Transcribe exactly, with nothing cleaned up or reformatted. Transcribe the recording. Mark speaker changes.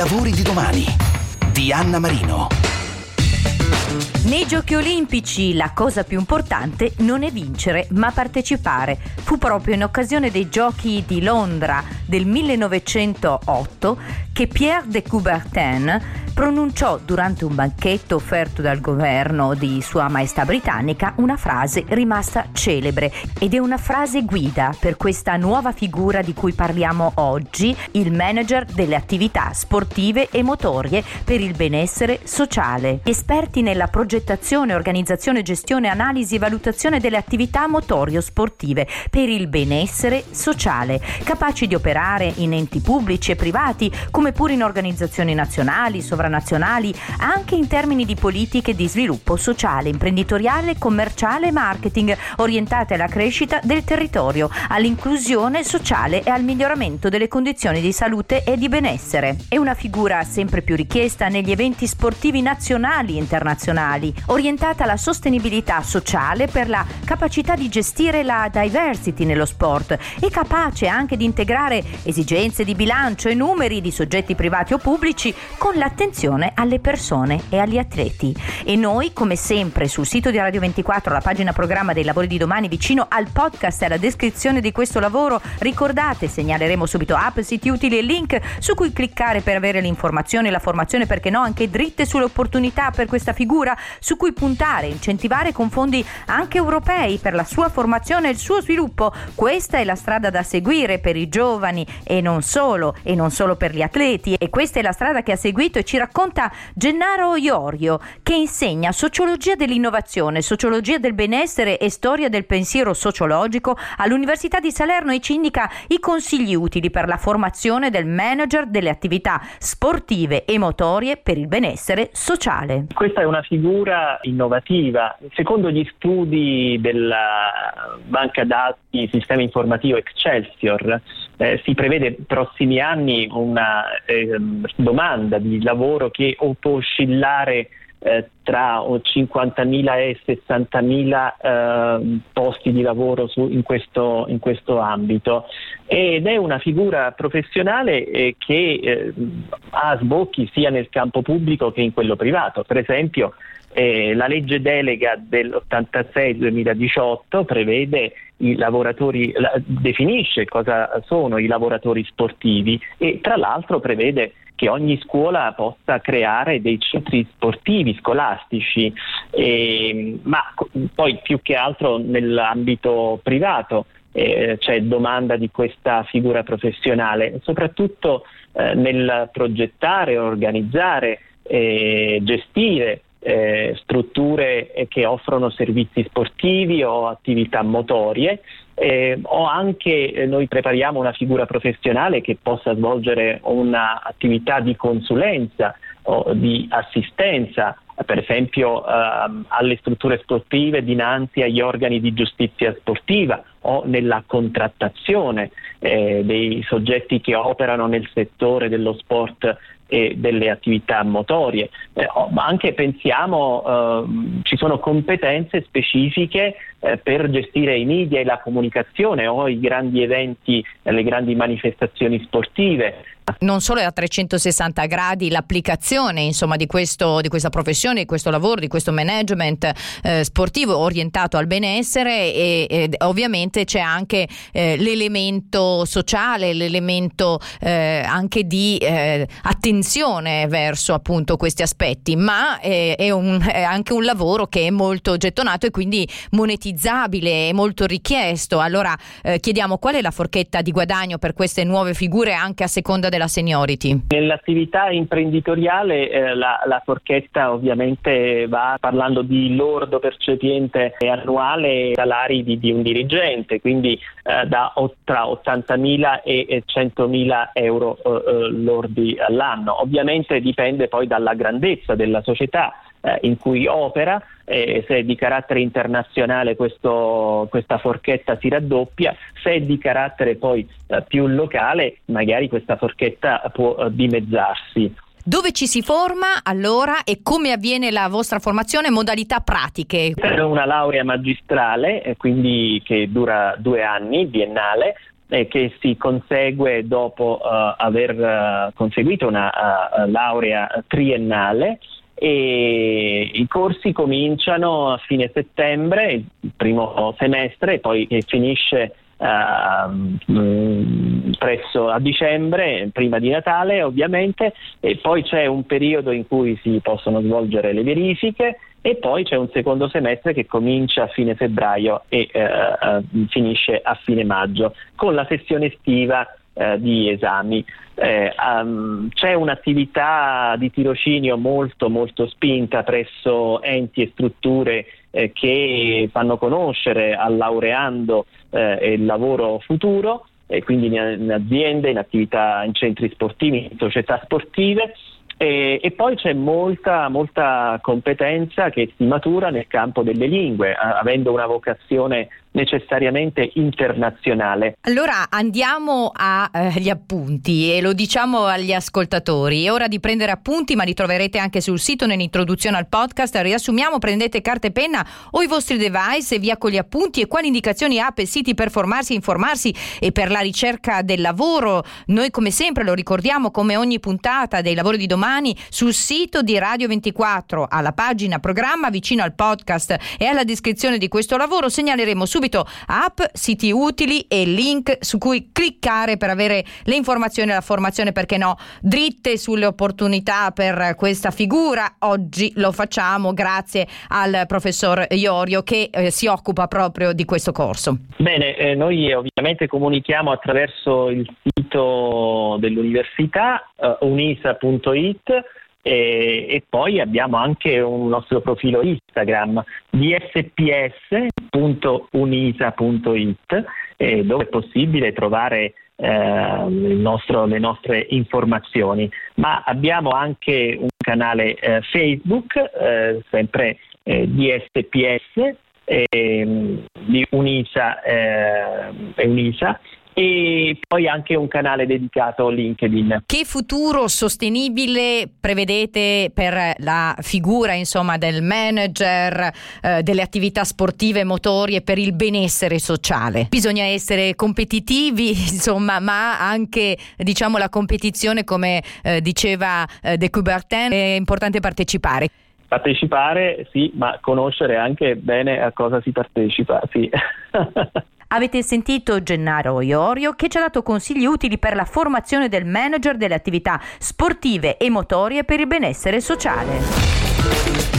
Speaker 1: lavori di domani di Anna Marino.
Speaker 2: Nei Giochi Olimpici la cosa più importante non è vincere, ma partecipare. Fu proprio in occasione dei Giochi di Londra del millenovecentootto che Pierre de Coubertin pronunciò durante un banchetto offerto dal governo di Sua Maestà britannica una frase rimasta celebre ed è una frase guida per questa nuova figura di cui parliamo oggi, il manager delle attività sportive e motorie per il benessere sociale. Esperti nella progettazione, organizzazione, gestione, analisi e valutazione delle attività motorio-sportive per il benessere sociale, capaci di operare in enti pubblici e privati come pure in organizzazioni nazionali, sovranazionali, anche in termini di politiche di sviluppo sociale, imprenditoriale, commerciale e marketing orientate alla crescita del territorio, all'inclusione sociale e al miglioramento delle condizioni di salute e di benessere. È una figura sempre più richiesta negli eventi sportivi nazionali e internazionali, orientata alla sostenibilità sociale per la capacità di gestire la diversity nello sport e capace anche di integrare esigenze di bilancio e numeri di soggetti privati o pubblici con l'attenzione alle persone e agli atleti. E noi, come sempre, sul sito di Radio ventiquattro, la pagina programma dei lavori di domani, vicino al podcast e alla descrizione di questo lavoro, ricordate, segnaleremo subito app, siti utili e link su cui cliccare per avere le informazioni e la formazione, perché no, anche dritte sulle opportunità per questa figura, su cui puntare, incentivare con fondi anche europei per la sua formazione e il suo sviluppo. Questa è la strada da seguire per i giovani e non solo, e non solo per gli atleti. E questa è la strada che ha seguito e ci racconta Gennaro Iorio, che insegna sociologia dell'innovazione, sociologia del benessere e storia del pensiero sociologico all'Università di Salerno, e ci indica i consigli utili per la formazione del manager delle attività sportive e motorie per il benessere sociale.
Speaker 3: Questa è una figura innovativa. Secondo gli studi della banca dati sistema informativo Excelsior, eh, si prevede prossimi anni una eh, domanda di lavoro che o può oscillare eh, tra cinquantamila e sessantamila eh, posti di lavoro su, in, questo, in questo ambito, ed è una figura professionale eh, che eh, ha sbocchi sia nel campo pubblico che in quello privato. Per esempio, Eh, la legge delega dell'ottantasei duemiladiciotto prevede i lavoratori, la, definisce cosa sono i lavoratori sportivi e tra l'altro prevede che ogni scuola possa creare dei centri sportivi scolastici, eh, ma poi più che altro nell'ambito privato eh, c'è domanda di questa figura professionale, soprattutto eh, nel progettare, organizzare, eh, gestire Eh, strutture eh, che offrono servizi sportivi o attività motorie, eh, o anche eh, noi prepariamo una figura professionale che possa svolgere un'attività di consulenza o di assistenza, per esempio ehm, alle strutture sportive dinanzi agli organi di giustizia sportiva o nella contrattazione eh, dei soggetti che operano nel settore dello sport e delle attività motorie, eh, ma anche pensiamo eh, ci sono competenze specifiche eh, per gestire i media e la comunicazione o i grandi eventi, eh, le grandi manifestazioni sportive.
Speaker 2: Non solo è a trecentosessanta gradi l'applicazione, insomma, di questo di questa professione, di questo lavoro, di questo management eh, sportivo orientato al benessere, e, e ovviamente c'è anche eh, l'elemento sociale, l'elemento eh, anche di eh, attenzione verso appunto questi aspetti, ma eh, è, un, è anche un lavoro che è molto gettonato e quindi monetizzabile e molto richiesto. Allora eh, chiediamo qual è la forchetta di guadagno per queste nuove figure anche a seconda della seniority.
Speaker 3: Nell'attività imprenditoriale eh, la, la forchetta ovviamente va parlando di lordo percepiente annuale, salari di, di un dirigente, quindi eh, da tra ottantamila e centomila euro eh, lordi all'anno. Ovviamente dipende poi dalla grandezza della società eh, in cui opera. Eh, se è di carattere internazionale questo, questa forchetta si raddoppia, se è di carattere poi eh, più locale magari questa forchetta può eh, dimezzarsi.
Speaker 2: Dove ci si forma allora e come avviene la vostra formazione, modalità pratiche?
Speaker 3: È una laurea magistrale, eh, quindi che dura due anni, biennale, eh, che si consegue dopo uh, aver uh, conseguito una uh, laurea triennale. E i corsi cominciano a fine settembre, il primo semestre, e poi finisce uh, mh, presso a dicembre, prima di Natale ovviamente, e poi c'è un periodo in cui si possono svolgere le verifiche, e poi c'è un secondo semestre che comincia a fine febbraio e uh, uh, finisce a fine maggio, con la sessione estiva uh, di esami. Eh, um, c'è un'attività di tirocinio molto molto spinta presso enti e strutture eh, che fanno conoscere al laureando eh, il lavoro futuro, e quindi in, in aziende, in attività, in centri sportivi, in società sportive. E, e poi c'è molta, molta competenza che si matura nel campo delle lingue, a, avendo una vocazione necessariamente internazionale.
Speaker 2: Allora andiamo agli eh, appunti, e lo diciamo agli ascoltatori. È ora di prendere appunti, ma li troverete anche sul sito nell'introduzione al podcast. Riassumiamo: prendete carta e penna o i vostri device e via con gli appunti. E quali indicazioni, app e siti per formarsi, informarsi e per la ricerca del lavoro? Noi, come sempre, lo ricordiamo, come ogni puntata dei lavori di domani, sul sito di Radio ventiquattro, alla pagina programma vicino al podcast e alla descrizione di questo lavoro segnaleremo subito app, siti utili e link su cui cliccare per avere le informazioni e la formazione, perché no, dritte sulle opportunità per questa figura. Oggi lo facciamo grazie al professor Iorio, che eh, si occupa proprio di questo corso.
Speaker 3: Bene, eh, noi ovviamente comunichiamo attraverso il sito dell'università, uh, unisa punto it, E, e poi abbiamo anche un nostro profilo Instagram, d s p s punto unisa punto it, eh, dove è possibile trovare eh, il nostro, le nostre informazioni. Ma abbiamo anche un canale eh, Facebook, eh, sempre eh, D S P S, eh, di Unisa, eh, Unisa, e poi anche un canale dedicato a LinkedIn.
Speaker 2: Che futuro sostenibile prevedete per la figura, insomma, del manager eh, delle attività sportive motorie per il benessere sociale? Bisogna essere competitivi, insomma, ma anche, diciamo, la competizione, come eh, diceva eh, De Coubertin, è importante partecipare.
Speaker 3: Partecipare, sì, ma conoscere anche bene a cosa si partecipa, sì.
Speaker 2: Avete sentito Gennaro Iorio, che ci ha dato consigli utili per la formazione del manager delle attività sportive e motorie per il benessere sociale.